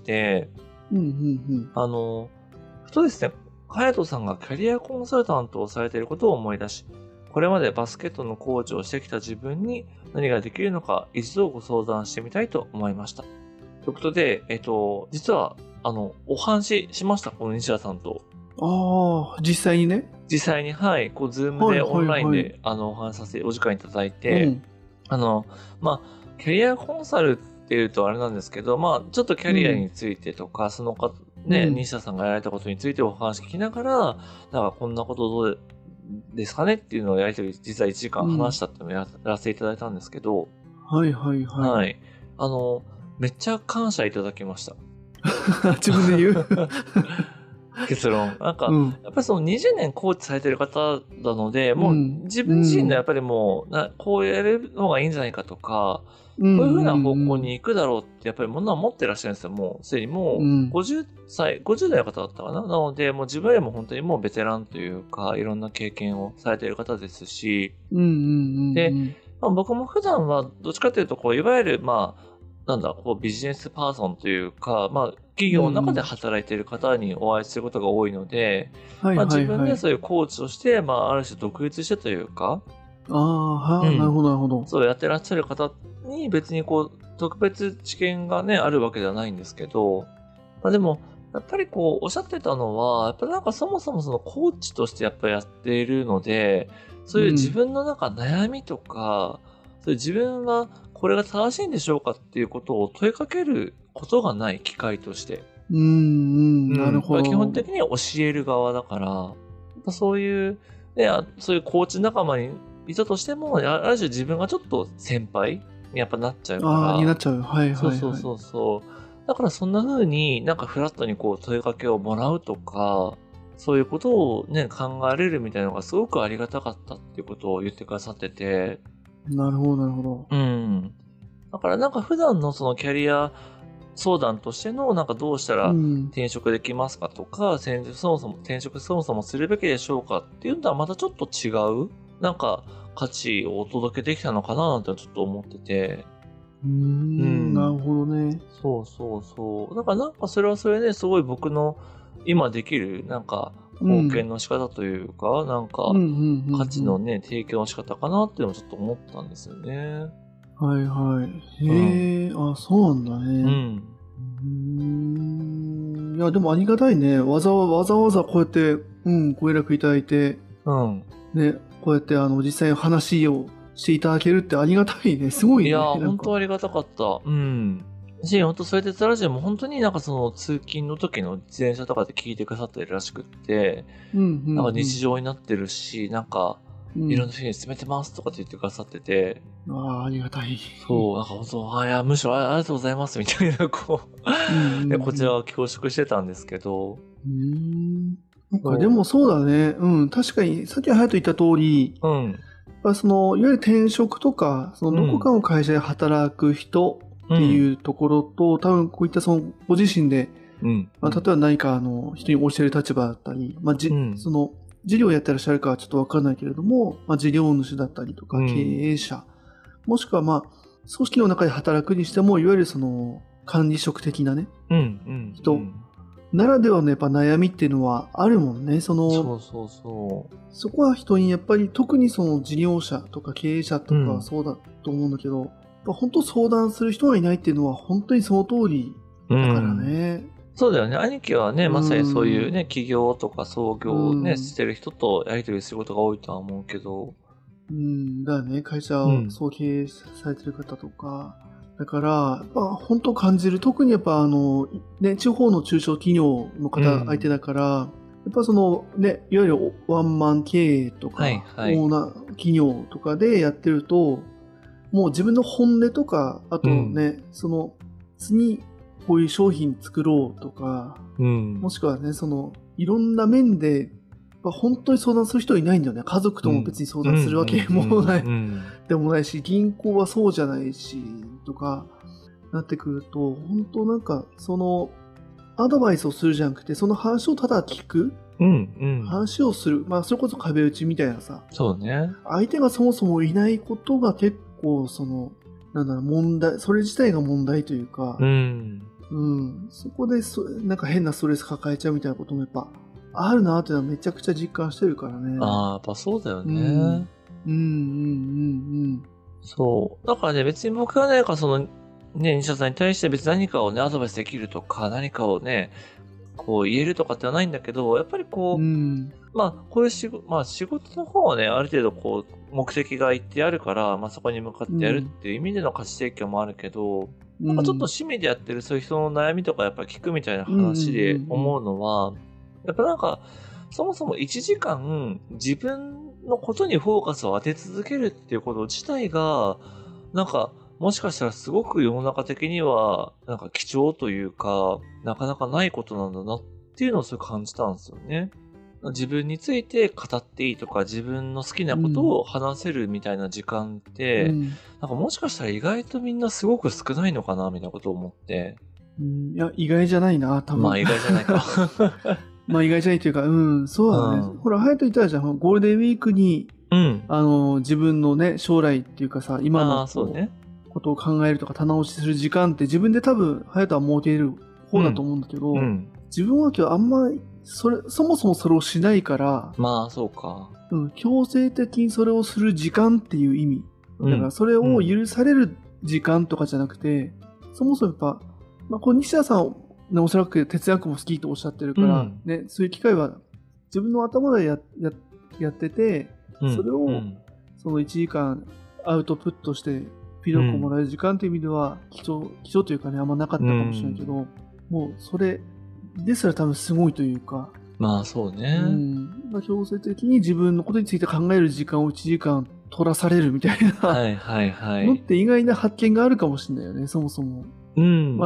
S1: うんうんうん。
S2: あの、ふとですね、隼人さんがキャリアコンサルタントをされていることを思い出し、これまでバスケットのコーチをしてきた自分に何ができるのか一度ご相談してみたいと思いました。ということで、えっと、実は、あの、お話ししました、この西田さんと。
S1: ああ、実際にね。
S2: 実際に、はい、こう、ズームでオンラインで、あの、お話しさせて、お時間いただいて、うん、あの、まあ、キャリアコンサルっていうとあれなんですけど、まあ、ちょっとキャリアについてとか、うん、そのか、ね、うん、西田さんがやられたことについてお話聞きながら、なんかこんなことどうですかねっていうのをやりとり、実はいちじかん話したっていうのをやらせていただいたんですけど、
S1: うん、はいはいはい。
S2: はい。あの、めっちゃ感謝いただきました。
S1: 自分で言う
S2: 結論。なんか、うん、やっぱりそのにじゅうねんコーチされてる方なので、もう自分自身のやっぱりもう、なこうやるのがいいんじゃないかとか、こういうふうな方向に行くだろうってやっぱりものは持ってらっしゃるんですよ。もうすでにもうごじゅっさい、ごじゅう代の方だったかな。なので、もう自分よりも本当にもうベテランというか、いろんな経験をされている方ですし、で、まあ、僕も普段はどっちかというと、こう、いわゆる、まあ、なんだ、こう、ビジネスパーソンというか、まあ、企業の中で働いている方にお会いすることが多いので、まあ、自分でそういうコーチとして、まあ、ある種独立してというか、
S1: ああ、はあ、うん、なるほど、なるほど。
S2: そうやってらっしゃる方に別にこう、特別知見がね、あるわけではないんですけど、まあでも、やっぱりこう、おっしゃってたのは、やっぱりなんかそもそもそのコーチとしてやっぱりやっているので、そういう自分の中悩みとか、うん、そういう自分はこれが正しいんでしょうかっていうことを問いかけることがない機会として。
S1: うん、うん、なるほど。
S2: 基本的には教える側だから、そういう、ね、そういうコーチ仲間にいたとしても、ある種自分がちょっと先輩にやっぱなっちゃうから。
S1: ああ、になっちゃう。はいはい、はい。
S2: そうそうそうそう。だからそんな風になんかフラットにこう問いかけをもらうとか、そういうことをね、考えれるみたいなのがすごくありがたかったっていうことを言ってくださってて。
S1: なるほど、なるほど。
S2: うん。だからなんか普段のそのキャリア相談としてのなんかどうしたら転職できますかとか、うん、そもそも転職そもそもするべきでしょうかっていうのとはまたちょっと違う、なんか価値をお届けできたのかななんてちょっと思ってて。
S1: うーん、うん、なるほどね。
S2: そうそうそう。だからなんかそれはそれで、すごい僕の今できるなんか貢献の仕方というか、うん、なんか価値のね、提供の仕方かなっていうのをちょっと思ったんですよね。
S1: はいはい。へえ、うん、あ、そうなんだね。
S2: うん。
S1: うーん。いや、でもありがたいね。わざわざ、わざわざこうやって、うん、ご連絡いただいて、
S2: うん。
S1: ね、こうやってあの、実際話をしていただけるってありがたいね。すごいね。
S2: いやー、本当ありがたかった。うん。 し、ほんと、それでラジオも本当になんかその通勤の時の自転車とかで聞いてくださってるらしくって、
S1: うん、うん、
S2: なんか
S1: うん。
S2: 日常になってるし、なんか、いろんな
S1: うん。
S2: 人に勧めてますとかって言ってくださってて、
S1: ああ、ありがたい。
S2: そう、なんか本当、あ、いや、むしろあありがとうございますみたいな、こ
S1: うん、うん、
S2: う、で、こちら
S1: うん。
S2: は恐縮してたんですけど、
S1: うーん。なんかで
S2: そ
S1: もそうだね。うん。確かに、さっき隼人言った通り、
S2: う、うん、
S1: まあその、いわゆる転職とか、そのどこ
S2: うん、
S1: かの会社で働く人って
S2: うん、
S1: いうところと、多分こういったその、ご自身で、
S2: うん、
S1: まあ、例え
S2: うん、
S1: ば何かあの、人に教える立場だったり、まあ、じ、
S2: うん、
S1: その、事業をやってらっしゃるかはちょっとわからないけれども、まあ、事業主だったりとか、経
S2: うん、
S1: 営者、もしくはまあ、組織の中で働くにしても、いわゆるその、管理職的なね、
S2: うん、うん、う
S1: 人
S2: ん。
S1: ならではのやっぱ悩みっていうのはあるもんね。その、
S2: そうそうそ
S1: そこは人にやっぱり特にその事業者とか経営者
S2: う。
S1: とかは
S2: うん、
S1: そうだと思うんだけど、やっぱ本当相談する人がいないっていうのは本当にその通り
S2: う
S1: だから
S2: ん。
S1: ね。
S2: そうだよね。兄貴はね、
S1: うー
S2: まさにそういうね、
S1: ん。
S2: 起業とか創
S1: う
S2: 業をね、し
S1: ん。
S2: てる人とやり取りすることが多いとは思うけど、
S1: うん。だよね。会社を
S2: うん、
S1: そう経営されてる方とか。だから、やっぱ本当感じる。特にやっぱあの、ね、地方の中小企業の
S2: う
S1: 方相手
S2: ん。
S1: だから、やっぱそのね、いわゆるワンマン経営と
S2: はい
S1: か、
S2: はい。
S1: オーナー企業とかでやってると、もう自分の本音とか、あ
S2: うん、
S1: とね、その、次、こういう商品作ろうとか、
S2: うん、
S1: もしくはね、その、いろんな面で、まあ、本当に相談する人いないんだよね。家族とも別
S2: うん、
S1: に相
S2: うん、う
S1: 談するわけも
S2: ん、
S1: ない、
S2: うん、
S1: でもないし、銀行はそうじゃないし、とか、なってくると、本当なんか、その、アドバイスをするじゃなくて、その話をただ聞く、
S2: うん、うん。
S1: 話をする、まあ、それこそ壁打ちみたいなさ、
S2: そうね。
S1: 相手がそもそもいないことが結構、その、なんだろう、問題、それ自体が問題というか、
S2: うん。
S1: うん、そこでそ、なんか変なストレス抱えちゃうみたいなこともやっぱ、あるなっていうのはめちゃくちゃ実感してるからね。
S2: ああ、やっぱそうだよ
S1: うん。うん、
S2: ね。
S1: うん、うん、
S2: そう。だからね、別に僕はね、なんかその、ね、西田さんに対して別に何かをね、アドバイスできるとか、何かをね、こう言えるとかってはないんだけど、やっぱり
S1: うん。う
S2: こう、
S1: ん、
S2: まあ、こういう仕事、まあ仕事の方はね、ある程度こう、目的が一定あるから、まあそこに向かってやるっ
S1: うん、
S2: ていう意味での価値提供もあるけど、なんかちょっと
S1: うん、
S2: 趣味でやってるそういう人の悩みとかやっぱり聞くみたいな
S1: うん、うん、
S2: 話で
S1: うん。
S2: 思うのは、やっぱなんか、そもそもいちじかん自分のことにフォーカスを当て続けるっていうこと自体が、なんか、もしかしたらすごく世の中的には、なんか貴重というか、なかなかないことなんだなっていうのをすごい感じたんですよね。自分について語っていいとか、自分の好きなこと
S1: うん、
S2: を話せるみたいな時間って、
S1: うん。
S2: なんかもしかしたら意外とみんなすごく少ないのかなみたいなことを思って。
S1: うん、いや、意外じゃないな、多分。
S2: まあ意外じゃないか。
S1: まあ意外じゃないというか、うん、そう
S2: う
S1: だね。
S2: ん。
S1: ほら、隼人言ったじゃん。ゴールデンウィークに、
S2: うん。
S1: あの、自分のね、将来っていうかさ、今の
S2: ああ、そう
S1: こ
S2: ね。
S1: う、ことを考えるとか、棚押しする時間って自分で多分、隼人は設ける方だと
S2: うん。
S1: 思うんだけど、
S2: うん。
S1: 自分は今日あんまり、それ、そもそもそれをしないから、
S2: まあ、そうか。
S1: うん、強制的にそれをする時間っていう意味。だから
S2: うん。
S1: それを
S2: うん。
S1: 許される時間とかじゃなくて、そもそもやっぱ、まあ、こう西田さん、ね、おそらく哲学も好きとおっしゃってるから、
S2: うん。
S1: ね、そういう機会は自分の頭でやややってて、
S2: うん。
S1: それを
S2: うん。
S1: そのいちじかんアウトプットしてフィードバックをも
S2: うん。
S1: らえる時間という意味では貴重、貴重というかね、あんまなかっ
S2: う
S1: たかもしれないけ
S2: ん。
S1: ど、もうそれですら多分すごいというか、
S2: まあ、そう
S1: う
S2: ね。
S1: ん、まあ強制的に自分のことについて考える時間をいちじかん取らされるみたいな
S2: はいはいは
S1: のっ
S2: い。
S1: て意外な発見があるかもしれないよね、そもそも。
S2: うん。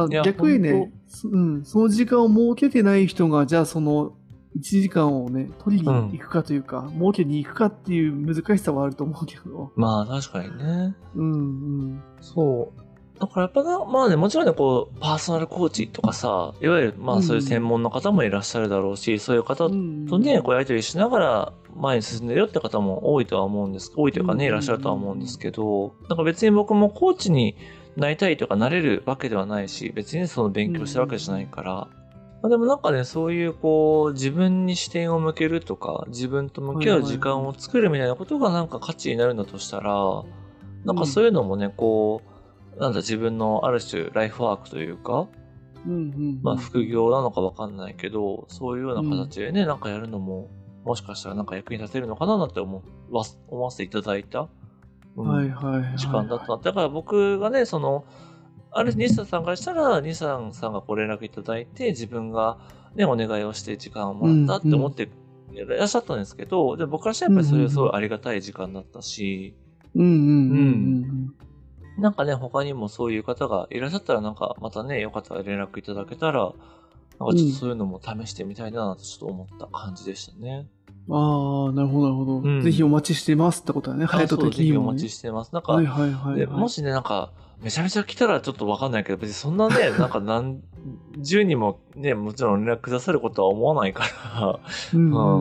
S1: まあ
S2: いや、ほんと。
S1: 逆にね、そうん、その時間を設けてない人が、じゃあそのいちじかんをね、取り
S2: うん。
S1: に行くかというか、設けに行くかっていう難しさはあると思うけど。
S2: まあ、確かにね。
S1: うんうん。
S2: そう。だからやっぱな、まあね、もちろんね、こう、パーソナルコーチとかさ、いわゆる、まあそういう専
S1: うん。
S2: 門の方もいらっしゃるだろうし、そういう方
S1: うんう
S2: とね、こう
S1: ん。
S2: やり取りしながら前に進んでるよって方も多いとは思うんです。多いと
S1: うんうんうん
S2: いうかね、いらっしゃるとは思うんですけど、なんか別に僕もコーチになりたいとかなれるわけではないし、別にその
S1: うんうん。
S2: 勉強してるわけじゃないから、まあ、でもなんかね、そういうこう、自分に視点を向けるとか、自分と向
S1: はい
S2: き合う
S1: はいはい。
S2: 時間を作るみたいなことがなんか価値になるんだとしたら、なんかそう
S1: うん。
S2: いうのもね、こう、なんだ、自分のある種ライフワークというか、
S1: うんうん
S2: まあ
S1: うん
S2: 副業なのかわかんないけど、そういうような
S1: うん。うん。
S2: 形でね、なんかやるのも、もしかしたらなんか役に立てるのかななんて思わす、思わせていただいた、うん、
S1: はいはいはい
S2: 時間だっ
S1: はい。
S2: た。だから僕がね、その、 ある西田さんからしたら、西田さんがご連絡いただいて、自分がね、お願いをして時間をもらったって思っていらっしゃったんですけど、で僕からしたらやっぱりそれはすごいありがたい時間だったし、
S1: うんうんうんうん
S2: なんかね、他にもそういう方がいらっしゃったら、なんかまたね、よかったら連絡いただけたら、なんかちょっとそういうのも試してみたいなとちょっと思った感じでしたね。
S1: ああ、なるほど、なるほど、
S2: うん。
S1: ぜひお待ちしてますってことだね、ハヤト的にも、ね。
S2: お待ちしてます。なんか、
S1: はいはいはい、はい、
S2: でもしね、なんか、めちゃめちゃ来たらちょっとわかんないけど、別にそんなね、なんか何十人もね、もちろん連絡くださることは思わないから、
S1: うんうんうん。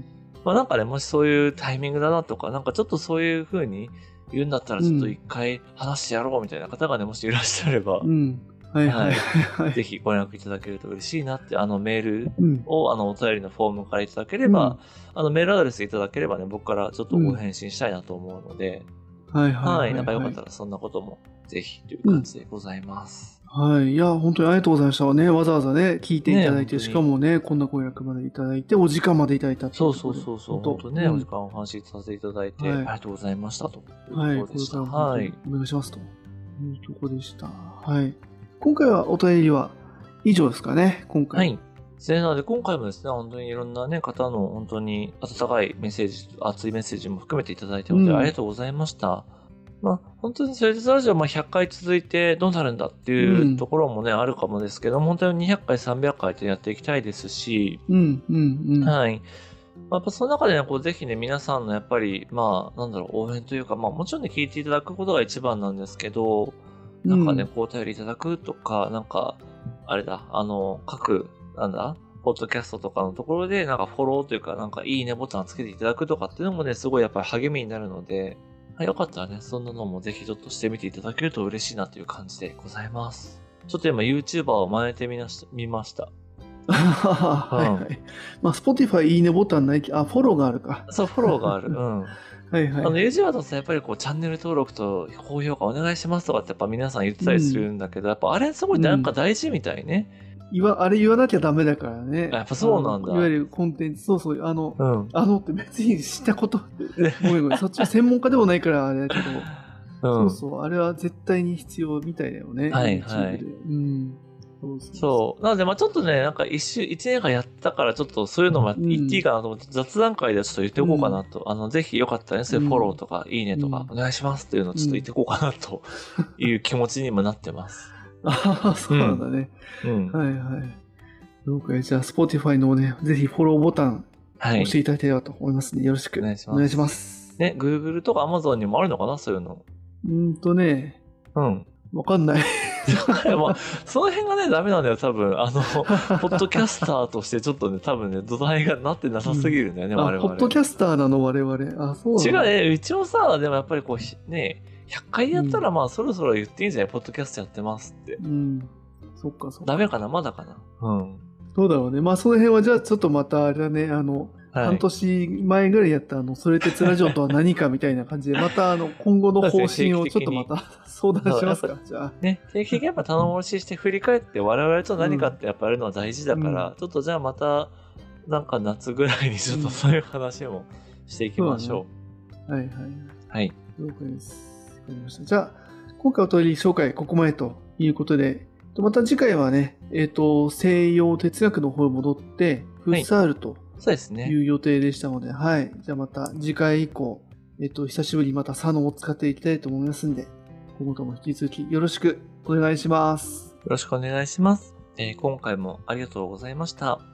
S2: まあなんかね、もしそういうタイミングだなとか、なんかちょっとそういう風に言うんだったら、ちょっと一回話してやろうみたいな方がね、もしいらっしゃれば、
S1: うん。はいはいはい。
S2: ぜひご連絡いただけると嬉しいなって、あのメールを、あのお便りのフォームからいただければ、あのメールアドレスいただければね、僕からちょっとご返信したいなと思うので、
S1: はいはいはい。
S2: なんかよかったらそんなこともぜひという感じでございます。
S1: はい。いや、本当にありがとうございましたね。わざわざね、聞いていただいて、しかもね、こんなご予約までいただいて、お時間までいただいたって
S2: そうそうそうそう。本当ね、お時間をお話しさせていただいて、ありがとうございましたと。
S1: はい。これからもはい。お願いしますというところでした。はい。今回はお便りは以上ですかね、今回。
S2: はい。なので今回もですね、本当にいろんなね、方の本当に温かいメッセージ、熱いメッセージも含めていただいたので、ありがとうございました。まあ、本当にそれでラジオ、まあ、ひゃっかい続いてどうなるんだっていうところもね、うん、あるかもですけど、本当ににひゃっかい、さんびゃっかいってやっていきたいですし、
S1: うんうんうん、
S2: はい。まあ、やっぱその中でね、こう、ぜひね、皆さんのやっぱり、まあ、なんだろう、応援というか、まあ、もちろんね、聞いていただくことが一番なんですけど、なんかね、こう、お便りいただくとか、なんか、あれだ、あの、各、なんだ、ポッドキャストとかのところで、なんかフォローというか、なんかいいねボタンつけていただくとかっていうのもね、すごいやっぱり励みになるので、よかったらね、そんなのもぜひちょっとしてみていただけると嬉しいなという感じでございます。ちょっと今 YouTuber を真似てみました。見ました。
S1: はいはい。まあ、Spotify いいねボタンないけど、あ、フォローがあるか。
S2: そう、フォローがある。うん。
S1: はいはい。あ
S2: の、YouTuber だとやっぱりこう、チャンネル登録と高評価お願いしますとかってやっぱ皆さん言ってたりするんだけど、うん、やっぱあれすごいなんか大事みたいね。
S1: 言わ、あれ言わなきゃダメだからね。
S2: やっぱそうなんだ。
S1: いわゆるコンテンツ、そうそう、あの、
S2: うん、
S1: あのって別に知ったこと、ごめんごめん、そっちは専門家でもないからあれだけど、うん、そうそう、あれは絶対に必要みたいだよね。
S2: はいはい。
S1: うん。
S2: そうそうそう。なので、まあちょっとね、なんか一週、一年間やったから、ちょっとそういうのも言っていいかなと思って、うん、雑談会でちょっと言っておこうかなと。うん、あの、ぜひよかったらね、そういうフォローとか、いいねとか、お願いしますっていうのをちょっと言っていこうかなという気持ちにもなってます。
S1: ああ、そうなんだね。うん。はいはい。了解。じゃあ、Spotify のね、ぜひフォローボタン、押していただければと思いますので、よろしくお願いします。お願いします。
S2: ね、Google とか Amazon にもあるのかな、そういうの。
S1: うんとね、
S2: うん。
S1: わかんない。
S2: まあ、その辺がね、ダメなんだよ、多分。あの、ポッドキャスターとしてちょっとね、多分ね、土台がなってなさすぎるんだよね、うん、我々。
S1: あ、ポッドキャスターなの、我々。あ、そうなの。
S2: 違うね、一応さ、でもやっぱりこう、ね、ひゃっかいやったら、まあ、そろそろ言っていいんじゃない、うん、ポッドキャストやってますって。
S1: うん。そっか、そっか。
S2: ダメかな、まだかな。うん。
S1: どうだろうね。まあ、その辺は、じゃあ、ちょっとまた、あれだね、あの、はい、半年前ぐらいやったあの、それ鉄ラジオとは何かみたいな感じで、またあの、今後の方針をちょっとまた相談しますか、じゃあ。
S2: ね、定期的にやっぱ頼もしして振り返って我々と何かってやっぱやるのは大事だから、うん、ちょっとじゃあまた、なんか夏ぐらいにちょっとそういう話もしていきましょう。
S1: うん、はいはい。
S2: はい。
S1: 了解です。わかりました。じゃあ、今回お問い紹介ここまでということで、また次回はね、えっと、西洋哲学の方に戻って、フッサールと、はい、
S2: そうですね。
S1: いう予定でしたので、はい。じゃあまた次回以降、えっと、久しぶりにまた佐野を使っていきたいと思いますんで、今後とも引き続きよろしくお願いします。
S2: よろしくお願いします。えー、今回もありがとうございました。